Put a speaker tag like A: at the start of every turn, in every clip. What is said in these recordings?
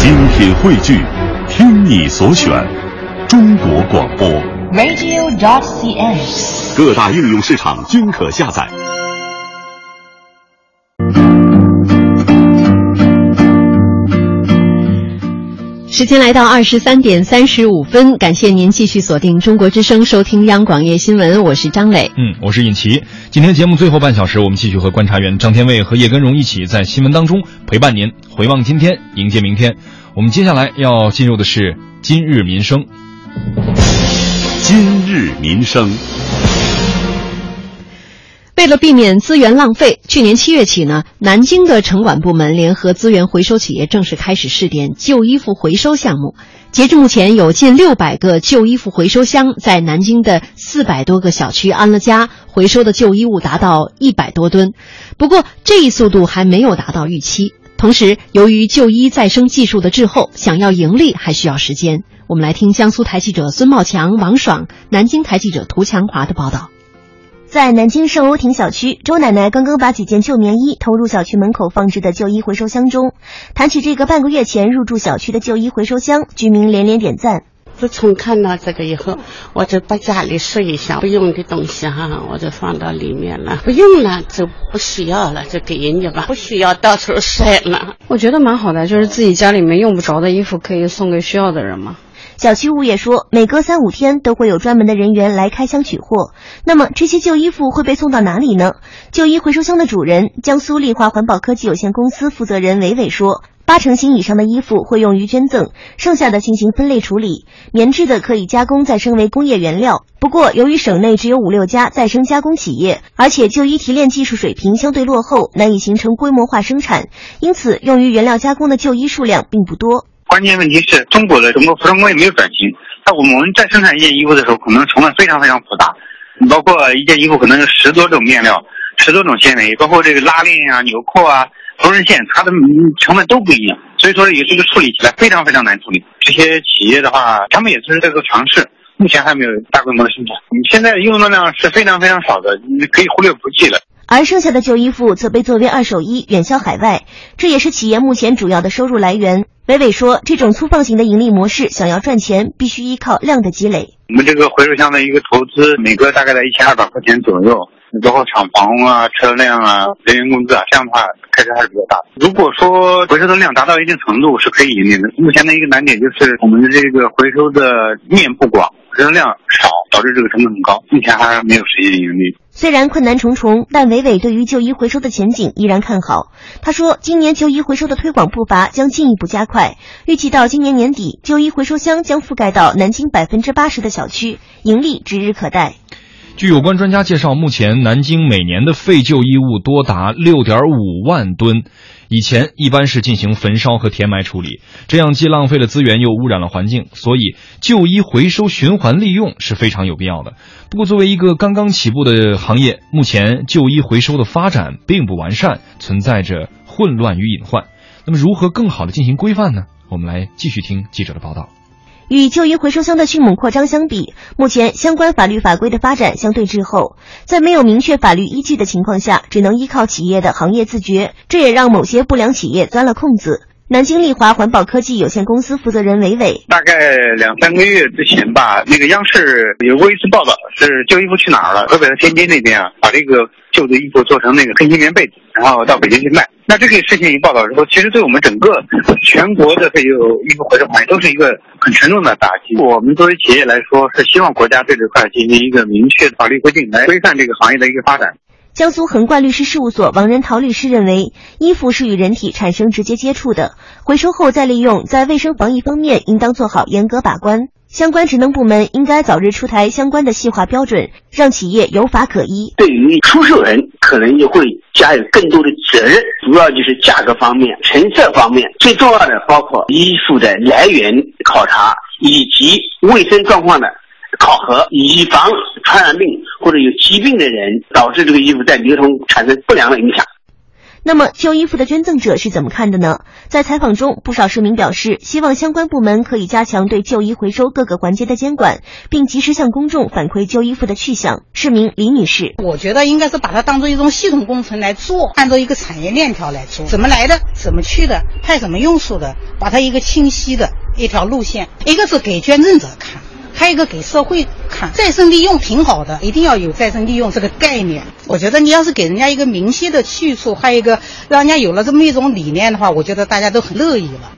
A: 精品汇聚，听你所选，中国广播
B: radio.cn，
A: 各大应用市场均可下载。
C: 时间来到23点35分，感谢您继续锁定中国之声，收听央广夜新闻，我是张磊。
D: 我是尹奇。今天节目最后半小时，我们继续和观察员张天卫和叶根荣一起在新闻当中陪伴您，回望今天，迎接明天。我们接下来要进入的是今日民生。
A: 今日民生。
C: 为了避免资源浪费，去年7月起呢，南京的城管部门联合资源回收企业正式开始试点旧衣服回收项目。截至目前，有近600个旧衣服回收箱在南京的400多个小区安了家，回收的旧衣物达到100多吨。不过，这一速度还没有达到预期。同时，由于旧衣再生技术的滞后，想要盈利还需要时间。我们来听江苏台记者孙茂强、王爽，南京台记者涂强华的报道。
E: 在南京盛欧亭小区，周奶奶刚刚把几件旧棉衣投入小区门口放置的旧衣回收箱中。谈起这个半个月前入住小区的旧衣回收箱，居民连连点赞。
F: 自从看到这个以后，我就把家里试一下不用的东西我就放到里面了，不用了就不需要了，就给人家吧，不需要到处晒了。
G: 我觉得蛮好的，就是自己家里面用不着的衣服可以送给需要的人嘛。
E: 小区物业说，每隔3-5天都会有专门的人员来开箱取货。那么这些旧衣服会被送到哪里呢？旧衣回收箱的主人，江苏丽华环保科技有限公司负责人韦伟说，8成新以上的衣服会用于捐赠，剩下的进行分类处理，棉质的可以加工再生为工业原料。不过由于省内只有5-6家再生加工企业，而且旧衣提炼技术水平相对落后，难以形成规模化生产，因此用于原料加工的旧衣数量并不多。
H: 关键问题是中国的整个服装工业没有转型，在我们在生产一件衣服的时候，可能成本非常非常复杂，包括一件衣服可能有10多种面料，10多种纤维，包括这个拉链纽扣缝纫线，它的成本都不一样，所以说也这个处理起来非常非常难处理。这些企业的话，他们也是在做尝试，目前还没有大规模的生产。现在用的量是非常非常少的，你可以忽略不计了。
E: 而剩下的旧衣服则被作为二手衣远销海外，这也是企业目前主要的收入来源。韦伟说，这种粗放型的盈利模式想要赚钱，必须依靠量的积累。
H: 我们这个回收箱的一个投资，每个大概在1200块钱左右，包括厂房车辆人员工资这样的话开支还是比较大的。如果说回收的量达到一定程度是可以盈利的，目前的一个难点就是我们的这个回收的面不广，回收量少，导致这个成本很高，目前还没有实现盈利。
E: 虽然困难重重，但韦伟对于旧衣回收的前景依然看好。他说，今年旧衣回收的推广步伐将进一步加快，预计到今年年底，旧衣回收箱将覆盖到南京80%的小区，盈利指日可待。
D: 据有关专家介绍，目前南京每年的废旧衣物多达6.5万吨，以前一般是进行焚烧和填埋处理，这样既浪费了资源又污染了环境，所以旧衣回收循环利用是非常有必要的。不过作为一个刚刚起步的行业，目前旧衣回收的发展并不完善，存在着混乱与隐患。那么如何更好的进行规范呢？我们来继续听记者的报道。
E: 与旧衣回收箱的迅猛扩张相比，目前相关法律法规的发展相对滞后，在没有明确法律依据的情况下，只能依靠企业的行业自觉，这也让某些不良企业钻了空子。南京丽华环保科技有限公司负责人韦伟，
H: 大概2-3个月之前吧，那个央视有过一次报道，是旧衣服去哪儿了？河北的天津那边把这个旧的衣服做成那个黑心棉被子，然后到北京去卖。那这个事情一报道之后，其实对我们整个全国的这个衣服回收行业都是一个很沉重的打击。我们作为企业来说，是希望国家对这块进行一个明确的法律规定，来规范这个行业的一个发展。
E: 江苏恒冠律师事务所王仁桃律师认为，衣服是与人体产生直接接触的，回收后再利用，在卫生防疫方面应当做好严格把关。相关职能部门应该早日出台相关的细化标准，让企业有法可依。
I: 对于出售人可能也会加有更多的责任，主要就是价格方面、成色方面，最重要的包括衣服的来源考察以及卫生状况的考核，以防传染病或者有疾病的人导致这个衣服在流通产生不良的影响。
E: 那么旧衣服的捐赠者是怎么看的呢？在采访中，不少市民表示，希望相关部门可以加强对旧衣回收各个环节的监管，并及时向公众反馈旧衣服的去向。市民李女士：
J: 我觉得应该是把它当做一种系统工程来做，按照一个产业链条来做，怎么来的，怎么去的，派什么用处的，把它一个清晰的一条路线，一个是给捐赠者看，还有一个给社会看。再生利用挺好的，一定要有再生利用这个概念。我觉得你要是给人家一个明晰的去处，还有一个让人家有了这么一种理念的话，我觉得大家都很乐意了。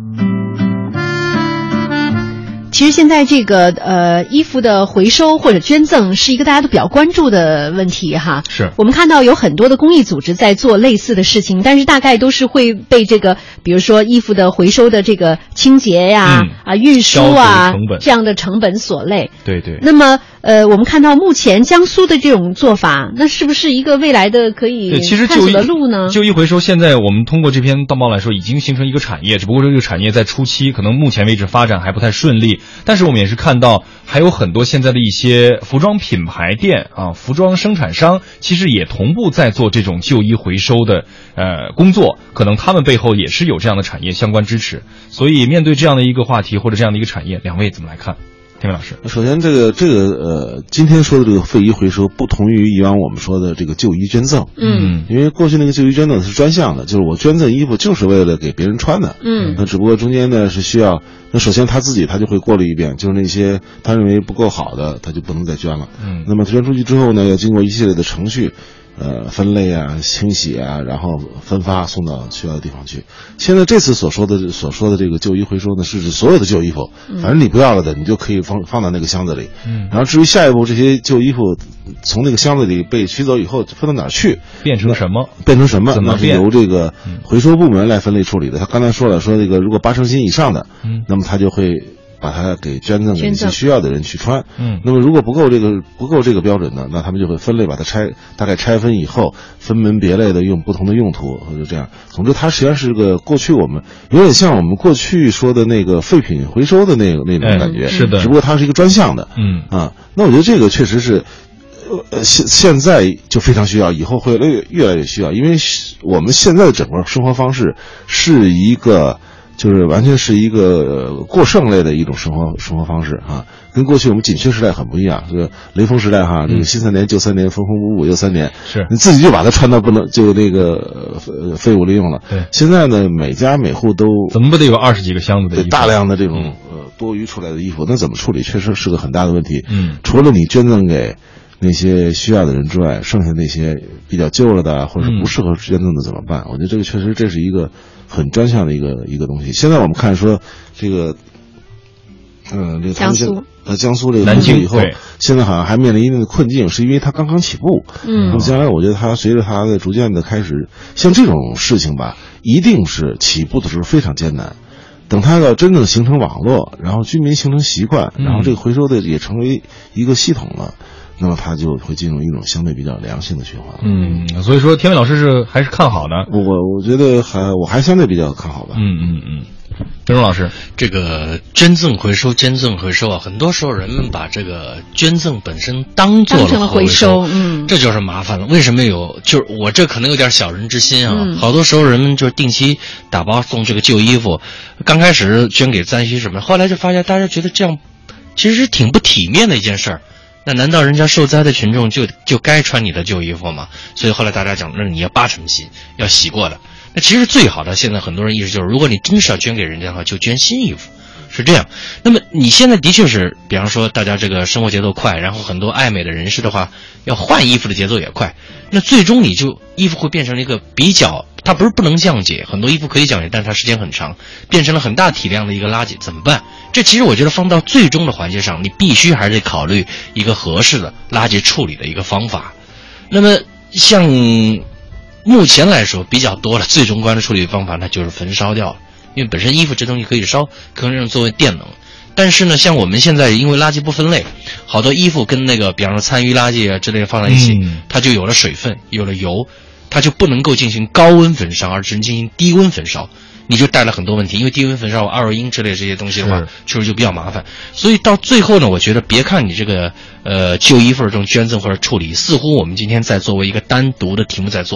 C: 其实现在这个衣服的回收或者捐赠是一个大家都比较关注的问题哈。
D: 是
C: 我们看到有很多的公益组织在做类似的事情，但是大概都是会被这个比如说衣服的回收的这个清洁呀、运输啊这样的成本所累。
D: 对对。
C: 那么我们看到目前江苏的这种做法，那是不是一个未来的可以探索的路呢？
D: 旧衣回收现在我们通过这篇报来说已经形成一个产业，只不过这个产业在初期可能目前为止发展还不太顺利。但是我们也是看到还有很多现在的一些服装品牌店啊、服装生产商其实也同步在做这种旧衣回收的工作，可能他们背后也是有这样的产业相关支持。所以面对这样的一个话题或者这样的一个产业，两位怎么来看？天明老师，
K: 首先今天说的这个废衣回收不同于以往我们说的这个旧衣捐赠。因为过去那个旧衣捐赠是专项的，就是我捐赠衣服就是为了给别人穿的。那只不过中间呢是需要，那首先他就会过滤一遍，就是那些他认为不够好的他就不能再捐了。那么捐出去之后呢，要经过一系列的程序。分类啊，清洗啊，然后分发送到需要的地方去。现在这次所说的这个旧衣回收呢，是指所有的旧衣服，反正你不要了的，你就可以放到那个箱子里。然后至于下一步这些旧衣服从那个箱子里被取走以后分到哪儿去，
D: 变成什么，
K: 那是由这个回收部门来分类处理的。他刚才说这个如果8成新以上的，那么他就会把它给捐赠给一些需要的人去穿。那么如果不够这个标准呢，那他们就会分类把它大概拆分以后，分门别类的用不同的用途，或者这样。总之，它实际上是个过去我们有点像我们过去说的那个废品回收的那种感觉。
D: 是的，
K: 只不过它是一个专项的。那我觉得这个确实是。现在就非常需要，以后会越来越需要，因为我们现在的整个生活方式是一个。就是完全是一个过剩类的一种生活方式啊，跟过去我们紧缺时代很不一样。这个雷锋时代哈，这个新3年旧3年，缝缝补补又3年，
D: 是你
K: 自己就把它穿到不能就那个废物利用了。
D: 对，
K: 现在呢，每家每户都
D: 怎么不得有20几个箱子的衣服，
K: 大量的这种多余出来的衣服，那怎么处理，确实是个很大的问题。除了你捐赠给那些需要的人之外，剩下那些比较旧了的或者不适合捐赠的怎么办？我觉得这个确实这是一个很专项的一个东西。现在我们看说这个，这个江苏这个
D: 南京
K: 以后，现在好像还面临一定的困境，是因为它刚刚起步。那么将来我觉得它随着它的逐渐的开始，像这种事情吧，一定是起步的时候非常艰难。等它要真正形成网络，然后居民形成习惯，然后这个回收的也成为一个系统了。那么它就会进入一种相对比较良性的循环。
D: 所以说天伟老师还是看好的。
K: 我觉得我还相对比较看好吧。
D: 郑荣老师，
L: 这个捐赠回收啊，很多时候人们把这个捐赠本身当做了回收，这就是麻烦了。为什么就是我这可能有点小人之心啊。好多时候人们就是定期打包送这个旧衣服，刚开始捐给灾区什么，后来就发现大家觉得这样其实是挺不体面的一件事儿。那难道人家受灾的群众就该穿你的旧衣服吗？所以后来大家讲，那你要8成新，要洗过的。那其实最好的，现在很多人意识就是，如果你真是要捐给人家的话，就捐新衣服，是这样。那么你现在的确是，比方说大家这个生活节奏快，然后很多爱美的人士的话，要换衣服的节奏也快。那最终衣服会变成了一个比较，它不是不能降解，很多衣服可以降解，但是它时间很长，变成了很大体量的一个垃圾，怎么办？这其实我觉得放到最终的环节上，你必须还是得考虑一个合适的垃圾处理的一个方法。那么像目前来说比较多的最终观的处理方法，那就是焚烧掉了，因为本身衣服这东西可以烧，可能作为电能。但是呢，像我们现在因为垃圾不分类，好多衣服跟那个比方说餐余垃圾啊之类的放在一起，它就有了水分，有了油，它就不能够进行高温焚烧，而只能进行低温焚烧。你就带来很多问题，因为低温焚烧二恶英之类这些东西的话，确实就比较麻烦。所以到最后呢，我觉得别看你这个旧衣服这种捐赠或者处理，似乎我们今天在作为一个单独的题目在做，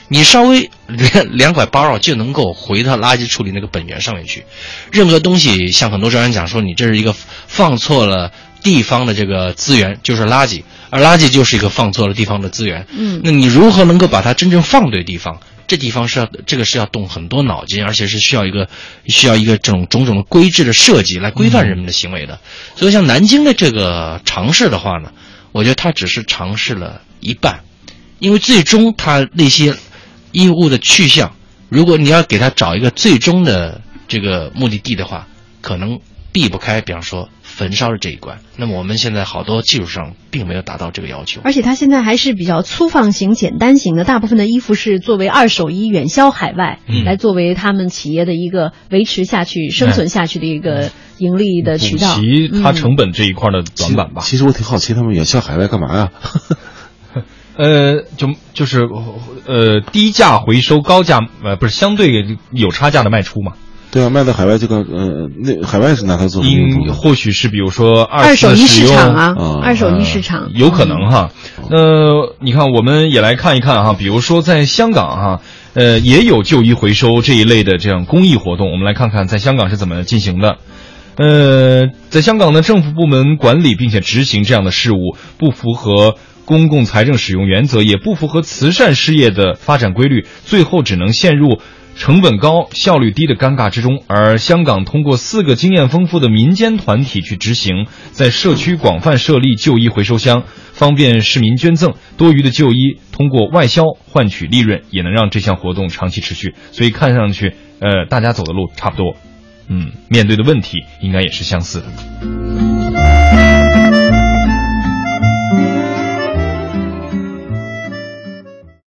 L: 你稍微2拐8绕就能够回到垃圾处理那个本源上面去。任何东西，像很多专家讲说，你这是一个放错了地方的这个资源，就是垃圾，而垃圾就是一个放错了地方的资源。那你如何能够把它真正放对地方？这地方是要动很多脑筋，而且是需要一个这种种种的规制的设计来规范人们的行为的。所以像南京的这个尝试的话呢，我觉得它只是尝试了一半，因为最终它那些衣物的去向，如果你要给它找一个最终的这个目的地的话，可能避不开比方说焚烧的这一关。那么我们现在好多技术上并没有达到这个要求，
C: 而且它现在还是比较粗放型、简单型的，大部分的衣服是作为二手衣远销海外，来作为他们企业的一个维持下去、生存下去的一个盈利的渠道，
D: 补齐它成本这一块的短板吧。
K: 其实我挺好奇，他们远销海外干嘛呀？
D: 就是低价回收，高价不是相对有差价的卖出嘛？
K: 对啊，卖到海外这个那海外是拿它做什么用途？
D: 或许是比如说
C: 二手衣市场啊，二手衣市场
D: 有可能哈。你看我们也来看一看哈，比如说在香港哈，也有旧衣回收这一类的这样公益活动，我们来看看在香港是怎么进行的。在香港呢，政府部门管理并且执行这样的事务，不符合公共财政使用原则，也不符合慈善事业的发展规律，最后只能陷入成本高、效率低的尴尬之中。而香港通过4个经验丰富的民间团体去执行，在社区广泛设立旧衣回收箱，方便市民捐赠，多余的旧衣通过外销换取利润，也能让这项活动长期持续。所以看上去大家走的路差不多，面对的问题应该也是相似的。